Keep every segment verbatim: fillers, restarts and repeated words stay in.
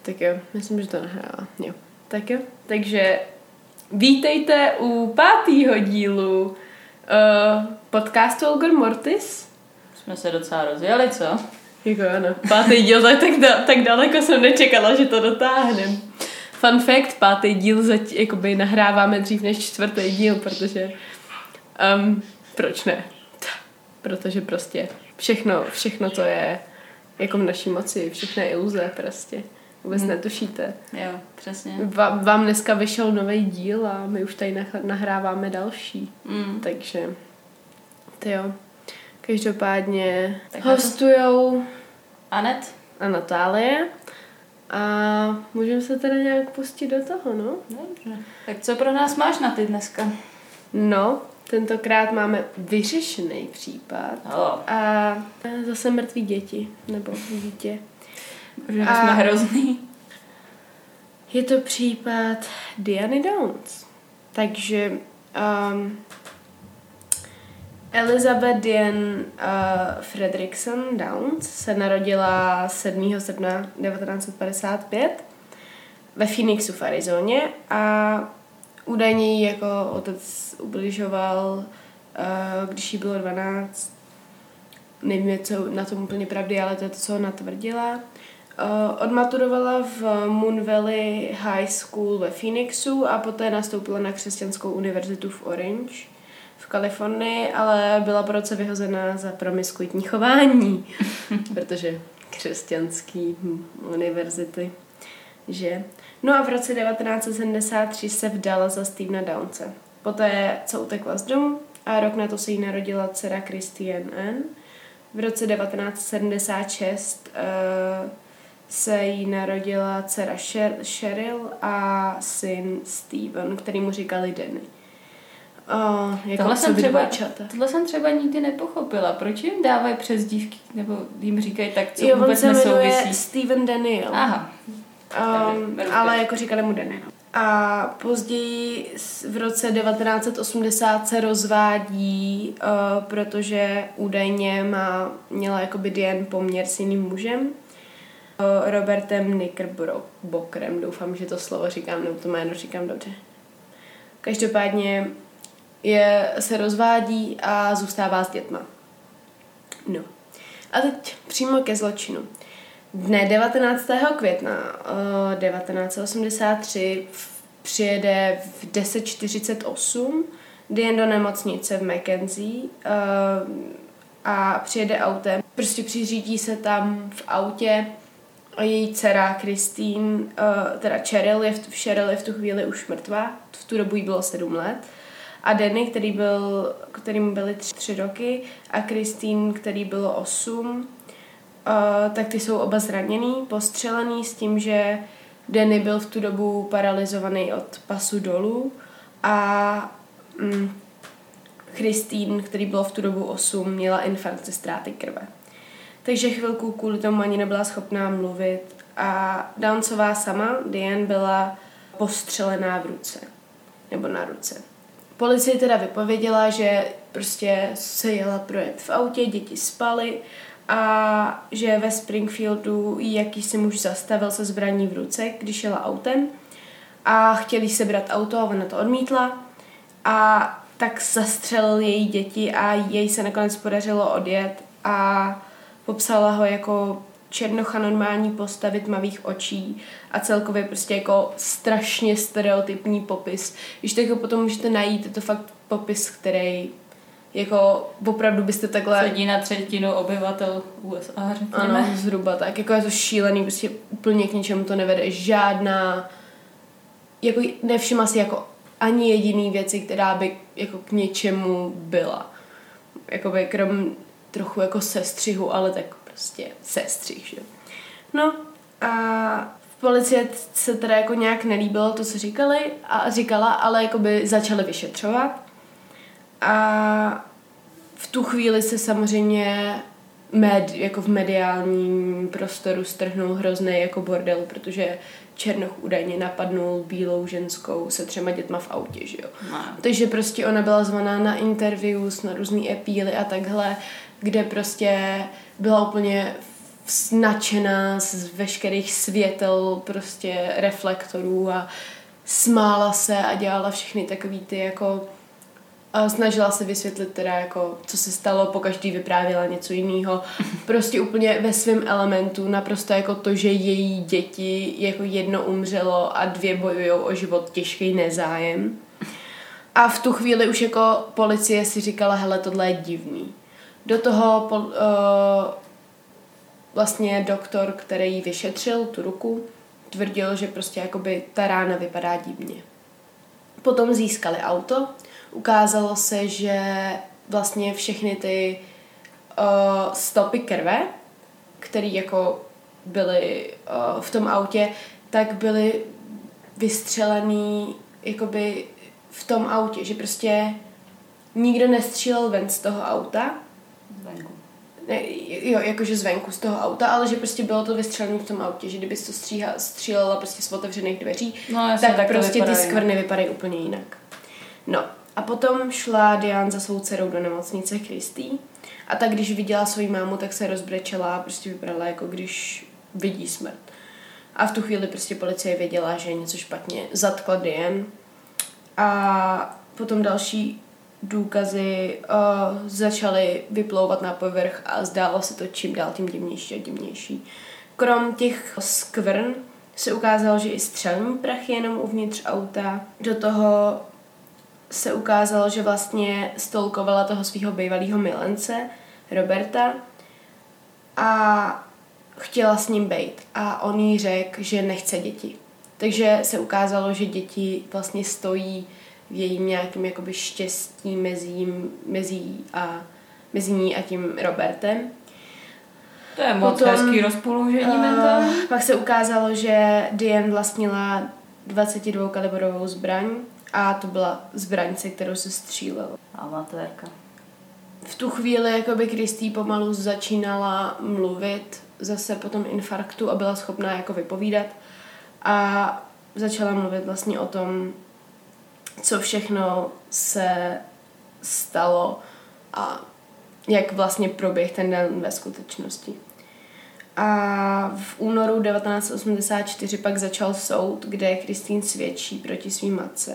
Tak jo, myslím, že to nahrála. Jo. Tak jo. Takže vítejte u pátýho dílu uh, podcastu Olgor Mortis. Jsme se docela rozjeli, co? Jako ano. Pátý díl, tak, tak, da, tak daleko jsem nečekala, že to dotáhnem. Fun fact, pátý díl zať, jakoby nahráváme dřív než čtvrtý díl, protože um, proč ne? Protože prostě všechno, všechno to je jako v naší moci, všechno je iluze prostě. Vůbec hmm. netušíte. Jo, přesně. Va, vám dneska vyšel nový díl a my už tady nahráváme další. Mm. Takže, to jo. Každopádně tak hostujou Anet a Natálie. A můžeme se teda nějak pustit do toho, no? Dobře. Tak co pro nás máš na ty dneska? No, tentokrát máme vyřešený případ. Oh. A zase mrtví děti, nebo dítě. Protože a jsme hrozný. Je to případ Diany Downs. Takže um, Elizabeth Diane uh, Fredrickson Downs se narodila sedmého srpna devatenáct set padesát pět ve Phoenixu v Arizoně a údajně jí jako otec ubližoval, uh, když jí bylo dvanáct. Nevím, co na tom úplně pravdy, ale to je to, co ona tvrdila. Uh, odmaturovala v Moon Valley High School ve Phoenixu a poté nastoupila na křesťanskou univerzitu v Orange v Kalifornii, ale byla po roce vyhozená za promiskuitní chování, protože křesťanský hm, univerzity, že? No a v roce devatenáct set sedmdesát tři se vdala za Stephena Downse. Poté, co utekla z domu a rok na to se jí narodila dcera Christiane Ann. V roce devatenáct set sedmdesát šest uh, se jí narodila dcera Cheryl a syn Steven, který mu říkali Danny. Uh, jako tohle, jsem třeba, tohle jsem třeba nikdy nepochopila. Proč jim dávají přezdívky, nebo jim říkají tak, co jo, vůbec nesouvisí? Jo, on se jmenuje Steven Daniel. Aha. Um, ale jako říkali mu Danny. A později v roce devatenáct set osmdesát se rozvádí, uh, protože údajně má, měla jakoby Diane poměr s jiným mužem, uh, Robertem Knickerbockerem. Doufám, že to slovo říkám, nebo to jméno říkám dobře. Každopádně je, se rozvádí a zůstává s dětma. No. A teď přímo ke zločinu. Dne devatenáctého května uh, devatenáct set osmdesát tři přijede v deset čtyřicet osm Diane do nemocnice v Mackenzie uh, a přijede autem. Prostě přiřídí se tam v autě a její dcera Christine, uh, teda Cheryl je, v, Cheryl je v tu chvíli už mrtvá, v tu dobu jí bylo sedm let. A Danny, který byl, kterým byly tři, tři roky, a Christine, který bylo osm, Uh, tak ty jsou oba zraněný, postřelený s tím, že Danny byl v tu dobu paralizovaný od pasu dolů a mm, Christine, který byl v tu dobu osm, měla infarkt ze ztráty krve. Takže chvilku kvůli tomu ani nebyla schopná mluvit a Downsová sama, Diane, byla postřelená v ruce, nebo na ruce. Policie teda vypověděla, že prostě se jela projet v autě, děti spaly, a že ve Springfieldu jakýsi muž zastavil se zbraní v ruce, když jela autem a chtěli sebrat auto a ona to odmítla a tak zastřelil její děti a jej se nakonec podařilo odjet a popsala ho jako černocha normální postavy tmavých očí a celkově prostě jako strašně stereotypní popis. Když tak ho potom můžete najít, je to fakt popis, který jako opravdu byste takhle... Sedí na třetinu obyvatel U S A, řekněme. Ano, zhruba tak. Jako je to šílený, prostě úplně k ničemu to nevede. Žádná... Jako nevšimla si jako ani jediný věci, která by jako k něčemu byla. Jakoby krom trochu jako sestřihu, ale tak prostě sestřih, že? No a v policii se teda jako nějak nelíbilo to, co říkali a říkala, ale jakoby začali vyšetřovat. A v tu chvíli se samozřejmě med, jako v mediálním prostoru strhnul hrozný jako bordel, protože Černoch údajně napadnul bílou ženskou se třema dětma v autě, že jo. No. Takže prostě ona byla zvaná na interviews, na různý epíly a takhle, kde prostě byla úplně nadšená z veškerých světel, prostě reflektorů a smála se a dělala všechny takový ty jako a snažila se vysvětlit teda jako, co se stalo, pokaždý vyprávěla něco jiného. Prostě úplně ve svém elementu, naprosto jako to, že její děti jako jedno umřelo a dvě bojujou o život, těžký nezájem. A v tu chvíli už jako policie si říkala, hele, tohle je divný. Do toho pol, uh, vlastně doktor, který ji vyšetřil, tu ruku, tvrdil, že prostě jakoby ta rána vypadá divně. Potom získali auto. Ukázalo se, že vlastně všechny ty uh, stopy krve, které jako byly uh, v tom autě, tak byly vystřelený jakoby v tom autě, že prostě nikdo nestřílel ven z toho auta. Zvenku. Ne, jo, jakože zvenku z toho auta, ale že prostě bylo to vystřelené v tom autě, že kdyby to stříha, střílela prostě z otevřených dveří, no, jasně, tak, tak prostě ty skvrny vypadají úplně jinak. No. A potom šla Diane za svou dcerou do nemocnice Christy a tak když viděla svoji mámu, tak se rozbrečela a prostě vypadala jako když vidí smrt. A v tu chvíli prostě policie věděla, že je něco špatně. Zatkla Diane a potom další důkazy uh, začaly vyplouvat na povrch a zdálo se to čím dál tím divnější a divnější. Krom těch skvrn se ukázalo, že i střelný prach je jenom uvnitř auta. Do toho se ukázalo, že vlastně stolkovala toho svého bývalého milence, Roberta, a chtěla s ním bejt. A on jí řekl, že nechce děti. Takže se ukázalo, že děti vlastně stojí v jejím nějakým jakoby štěstí mezi, mezi, a, mezi ní a tím Robertem. To je moc Potom, hezký rozpoložení uh, mentální. Pak se ukázalo, že Diane vlastnila dvacetidvou kalibrovou zbraň a to byla zbraň, se kterou se střílelo. Amatérka. V tu chvíli jakoby Christy pomalu začínala mluvit zase po tom infarktu a byla schopná jako vypovídat a začala mluvit vlastně o tom, co všechno se stalo a jak vlastně proběh ten den ve skutečnosti. A v únoru devatenáct osmdesát čtyři pak začal soud, kde Christine svědčí proti svý matce.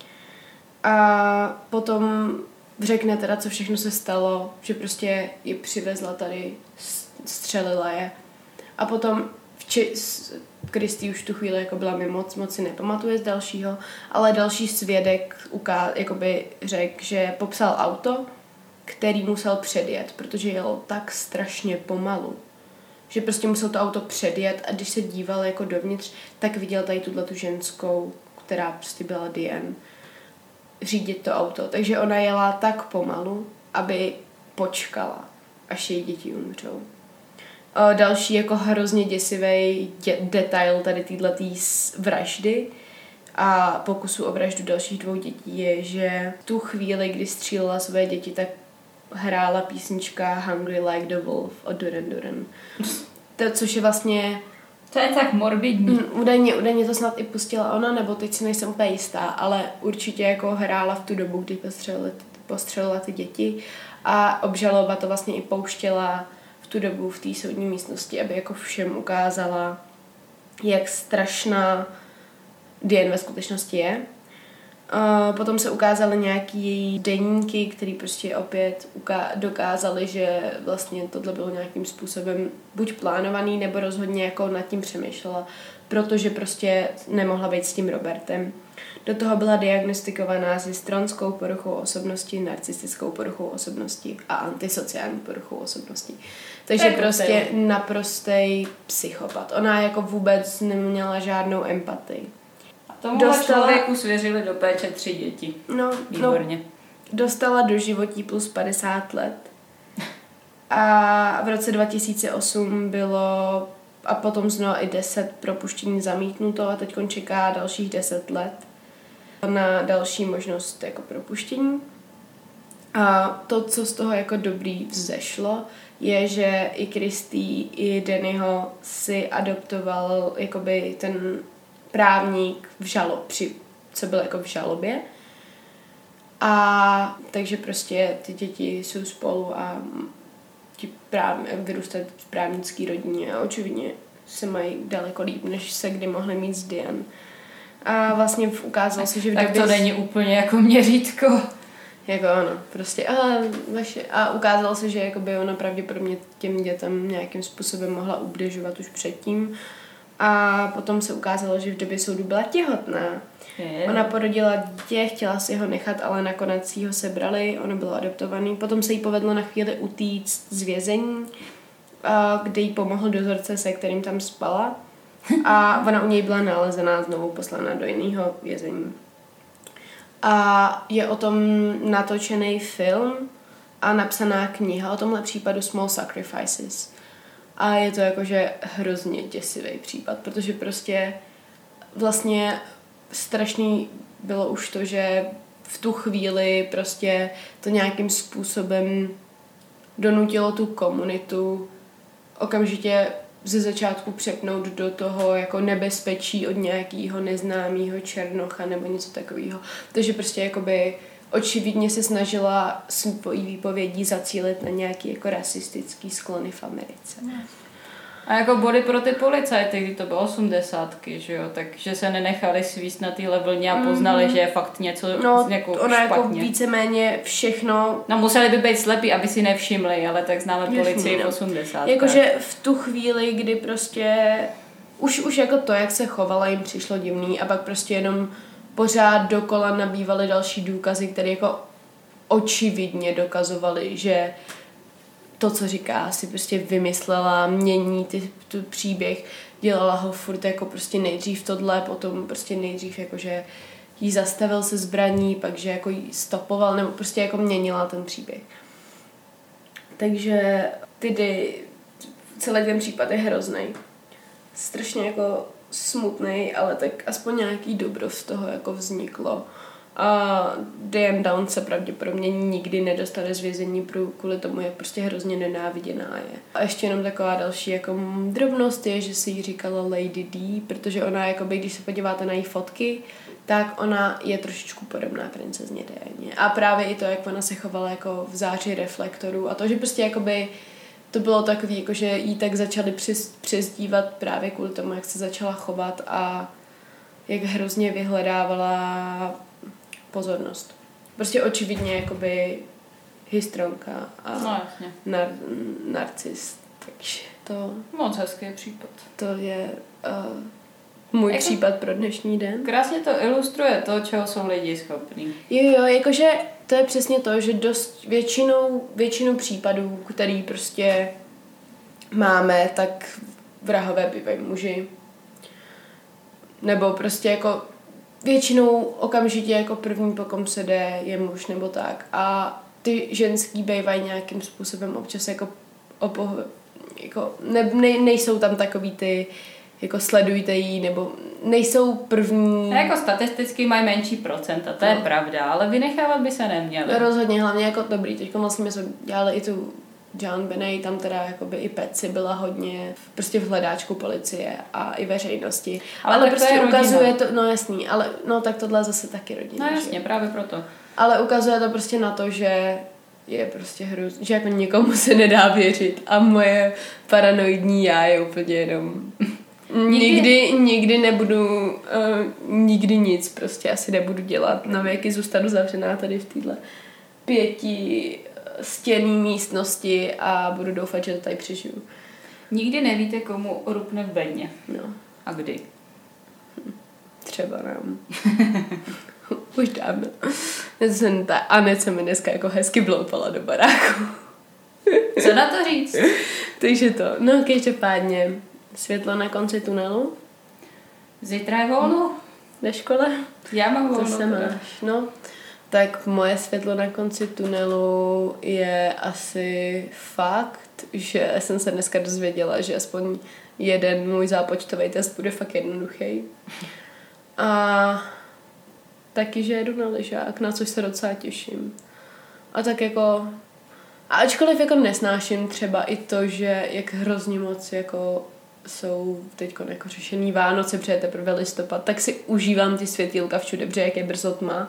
A potom řekne teda, co všechno se stalo, že prostě ji přivezla tady, střelila je. A potom vči- Christy už tu chvíli jako byla mi moc, moc si nepamatuje z dalšího, ale další svědek uká- jakoby řekl, že popsal auto, který musel předjet, protože jelo tak strašně pomalu, že prostě musel to auto předjet a když se díval jako dovnitř, tak viděl tady tuto ženskou, která prostě byla Diane, řídit to auto. Takže ona jela tak pomalu, aby počkala, až její děti umřou. O, další jako hrozně děsivý dě- detail tady této vraždy a pokusu o vraždu dalších dvou dětí je, že tu chvíli, kdy střílela své děti, tak hrála písnička Hungry Like the Wolf od Duran Duran. To, což je vlastně... To je tak morbidní. Údajně, údajně to snad i pustila ona, nebo teď si nejsem úplně jistá, ale určitě jako hrála v tu dobu, kdy postřelila, postřelila ty děti a obžaloba to vlastně i pouštěla v tu dobu v té soudní místnosti, aby jako všem ukázala, jak strašná Diane ve skutečnosti je. Uh, potom se ukázaly nějaký její deníky, který prostě opět uká- dokázali, že vlastně tohle bylo nějakým způsobem buď plánovaný, nebo rozhodně jako nad tím přemýšlela, protože prostě nemohla být s tím Robertem. Do toho byla diagnostikovaná s histronskou poruchou osobnosti, narcistickou poruchou osobnosti a antisociální poruchou osobnosti. Takže prostě naprostý psychopat. Ona jako vůbec neměla žádnou empatii. Tomuhle dostala... člověku svěřili do péče tři děti. No, výborně. No, dostala do životí plus padesát let. A v roce dva tisíce osm bylo a potom znovu i deset propuštění zamítnuto a teď čeká dalších deset let na další možnost jako propuštění. A to, co z toho jako dobrý vzešlo, je, že i Christy, i Dannyho si adoptoval jakoby ten právník v žalob, při, co byl jako v žalobě. A takže prostě ty děti jsou spolu a ti práv, vyrůstat v právnické rodině a očividně se mají daleko líp, než se kdy mohli mít s Diane. A vlastně ukázalo se, že v tak době... to není úplně jako měřítko. Jako ano, prostě. A, vaše, a ukázalo se, že jakoby ona pravděpodobně těm dětem nějakým způsobem mohla ubližovat už předtím. A potom se ukázalo, že v době soudu byla těhotná. Je. Ona porodila dítě, chtěla si ho nechat, ale nakonec jí ho sebrali, ono bylo adoptovaný. Potom se jí povedlo na chvíli utíct z vězení, kde jí pomohl dozorce, se kterým tam spala. A ona u něj byla nalezená, znovu poslaná do jiného vězení. A je o tom natočený film a napsaná kniha o tomhle případu Small Sacrifices. A je to jakože hrozně děsivý případ, protože prostě vlastně strašný bylo už to, že v tu chvíli prostě to nějakým způsobem donutilo tu komunitu okamžitě ze začátku přepnout do toho jako nebezpečí od nějakého neznámého černocha nebo něco takového. Takže prostě jakoby očividně se snažila svojí výpovědí zacílit na nějaký jako rasistický sklony v Americe. A jako body pro ty policajty, kdy to bylo osmdesátky, že jo, takže se nenechali svíst na téhle vlně a poznali, mm-hmm. že je fakt něco no, jako ona špatně. Jako víceméně všechno... No museli by být slepí, aby si nevšimli, ale tak známe policii v osmdesátkách. Jakože v tu chvíli, kdy prostě už, už jako to, jak se chovala, jim přišlo divný a pak prostě jenom pořád dokola nabývaly další důkazy, které jako očividně dokazovaly, že to, co říká, si prostě vymyslela, mění ty, tu příběh, dělala ho furt jako prostě nejdřív tohle, potom prostě nejdřív jakože jí zastavil se zbraní, pak že jako jí stopoval, nebo prostě jako měnila ten příběh. Takže tedy celý ten případ je hrozný. Strašně jako smutný, ale tak aspoň nějaký dobro z toho jako vzniklo. A Diane Downs se pravděpodobně nikdy nedostane z vězení kvůli tomu, jak prostě hrozně nenáviděná je. A ještě jenom taková další jako drobnost je, že si jí říkala Lady D, protože ona, jakoby, když se podíváte na její fotky, tak ona je trošičku podobná princezně Dianě. A právě i to, jak ona se chovala jako v záři reflektorů a to, že prostě jakoby to bylo takový, jako že jí tak začali přes, přezdívat právě kvůli tomu, jak se začala chovat a jak hrozně vyhledávala pozornost. Prostě očividně jakoby hystronka a no, jasně. Nar, narcist. Takže to... Moc hezký případ. To je uh, můj jako, případ pro dnešní den. Krásně to ilustruje to, čeho jsou lidi schopní. Jo, jo, jakože to je přesně to, že dost většinou, většinou případů, který prostě máme, tak vrahové bývají muži. Nebo prostě jako většinou okamžitě jako první, po kom se jde, je muž nebo tak. A ty ženský bývají nějakým způsobem občas jako, opo, jako ne, ne, nejsou tam takový ty jako sledujte jí, nebo nejsou první. A jako statisticky mají menší procenta, to no. je pravda, ale vynechávat by se neměli. Rozhodně, hlavně jako dobrý. Teď vlastně my jsme dělali i tu John Benet, tam teda jakoby i Patsy byla hodně prostě v hledáčku policie a i veřejnosti. Ale, ale tak prostě to ukazuje to, no jasný, ale no tak tohle zase taky rodina. No jasně, že? Právě proto. Ale ukazuje to prostě na to, že je prostě hrozný, že jako nikomu se nedá věřit a moje paranoidní já je úplně jenom... Nikdy, nikdy nebudu, uh, nikdy nic prostě asi nebudu dělat. Na věky zůstanu zavřená tady v téhle pěti stěnný místnosti a budu doufat, že to tady přežiju. Nikdy nevíte, komu rupne v bedně. No. A kdy? Třeba nám. Už dávno. Jsem ta Anet se mi dneska jako hezky bloupala do baráku. Co na to říct? Takže to. No, každopádně světlo na konci tunelu. Zítra je volno. Ve škole. Já mám volno. To se máš, no. Tak moje světlo na konci tunelu je asi fakt, že jsem se dneska dozvěděla, že aspoň jeden můj zápočtový test bude fakt jednoduchý. A taky, že jedu na lyžák, na což se docela těším. A tak jako... A ačkoliv jako nesnáším třeba i to, že jak hrozně moc jako jsou teď jako řešený Vánoce, protože je teprve listopad, tak si užívám ty světýlka všude, protože jak je brzo tma.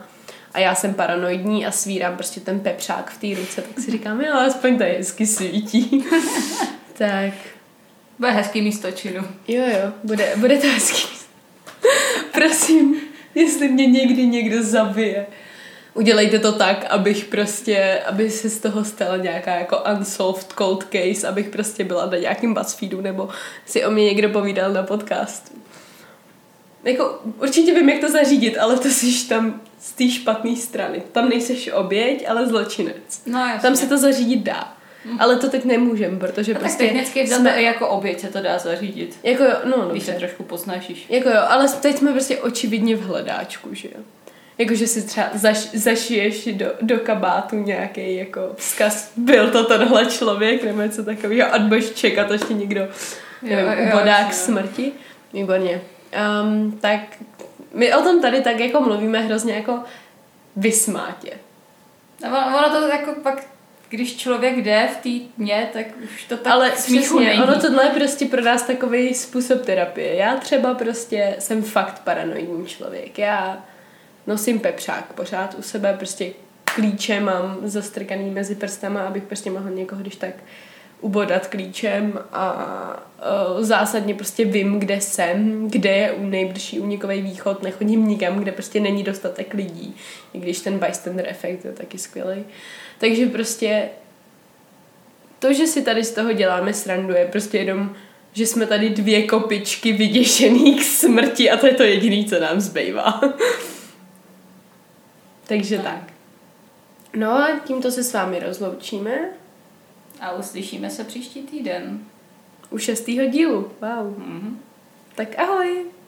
a já jsem paranoidní a svírám prostě ten pepřák v té ruce, tak si říkám, jo, aspoň to hezky svítí. Tak. Bude hezký místo činu. Jo, jo, bude, bude to hezký místo. Prosím, jestli mě někdy někdo zabije, udělejte to tak, abych prostě, aby se z toho stala nějaká jako unsolved cold case, abych prostě byla na nějakým BuzzFeedu, nebo si o mě někdo povídal na podcastu. Jako, určitě vím, jak to zařídit, ale to jsi tam z té špatné strany. Tam nejseš oběť, ale zločinec. No, jasně. Tam se to zařídit dá. Mm. Ale to teď nemůžem, protože no, prostě... Tak technicky jsme... jako oběť se to dá zařídit. Jako jo, no, no. Když se trošku posnažíš. Jako jo, ale teď jsme prostě očividně v hledáčku, že jo. Jakože si třeba zaš, zašiješ do, do kabátu nějaký jako vzkaz, byl to tenhle člověk, nebo něco takového, a budeš čekat, až ti někdo, nevím, ubodá k smrti. Výborně. Um, tak my o tom tady tak jako mluvíme hrozně jako vysmátě. No, ono to jako pak, když člověk jde v té tmě, tak už to tak ale smíchu není. Ono tohle je prostě pro nás takový způsob terapie. Já třeba prostě jsem fakt paranoidní člověk. Já nosím pepřák pořád u sebe, prostě klíče mám zastrkaný mezi prstama, abych prostě mohl někoho když tak ubodat klíčem a uh, zásadně prostě vím, kde jsem, kde je nejbližší únikový východ, nechodím nikam, kde prostě není dostatek lidí, i když ten bystander efekt je taky skvělý. Takže prostě to, že si tady z toho děláme srandu, je prostě jenom, že jsme tady dvě kopičky vyděšený k smrti a to je to jediné, co nám zbývá. Takže no. tak. No a tímto se s vámi rozloučíme. A uslyšíme se příští týden. U šestýho dílu. Wow. Mm-hmm. Tak ahoj.